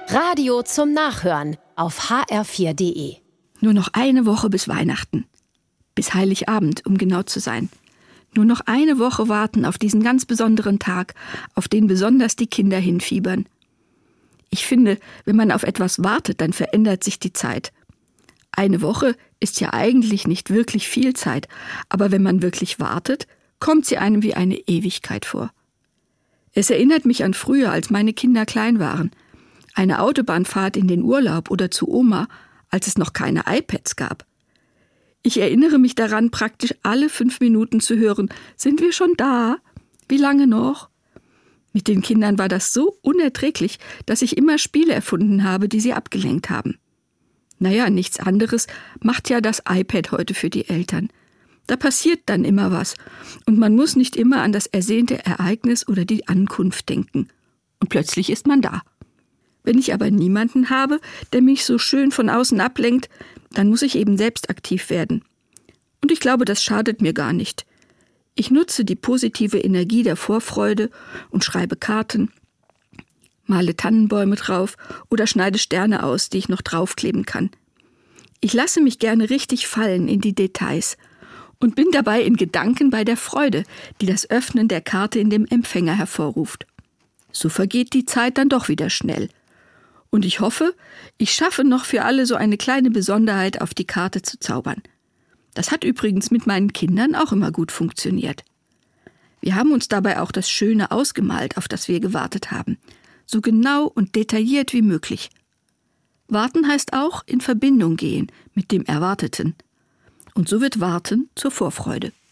Radio zum Nachhören auf hr4.de. Nur noch eine Woche bis Weihnachten. Bis Heiligabend, um genau zu sein. Nur noch eine Woche warten auf diesen ganz besonderen Tag, auf den besonders die Kinder hinfiebern. Ich finde, wenn man auf etwas wartet, dann verändert sich die Zeit. Eine Woche ist ja eigentlich nicht wirklich viel Zeit, aber wenn man wirklich wartet, kommt sie einem wie eine Ewigkeit vor. Es erinnert mich an früher, als meine Kinder klein waren. Eine Autobahnfahrt in den Urlaub oder zu Oma, als es noch keine iPads gab. Ich erinnere mich daran, praktisch alle 5 Minuten zu hören, sind wir schon da? Wie lange noch? Mit den Kindern war das so unerträglich, dass ich immer Spiele erfunden habe, die sie abgelenkt haben. Naja, nichts anderes macht ja das iPad heute für die Eltern. Da passiert dann immer was und man muss nicht immer an das ersehnte Ereignis oder die Ankunft denken. Und plötzlich ist man da. Wenn ich aber niemanden habe, der mich so schön von außen ablenkt, dann muss ich eben selbst aktiv werden. Und ich glaube, das schadet mir gar nicht. Ich nutze die positive Energie der Vorfreude und schreibe Karten, male Tannenbäume drauf oder schneide Sterne aus, die ich noch draufkleben kann. Ich lasse mich gerne richtig fallen in die Details und bin dabei in Gedanken bei der Freude, die das Öffnen der Karte in dem Empfänger hervorruft. So vergeht die Zeit dann doch wieder schnell. Und ich hoffe, ich schaffe noch für alle so eine kleine Besonderheit auf die Karte zu zaubern. Das hat übrigens mit meinen Kindern auch immer gut funktioniert. Wir haben uns dabei auch das Schöne ausgemalt, auf das wir gewartet haben. So genau und detailliert wie möglich. Warten heißt auch in Verbindung gehen mit dem Erwarteten. Und so wird Warten zur Vorfreude.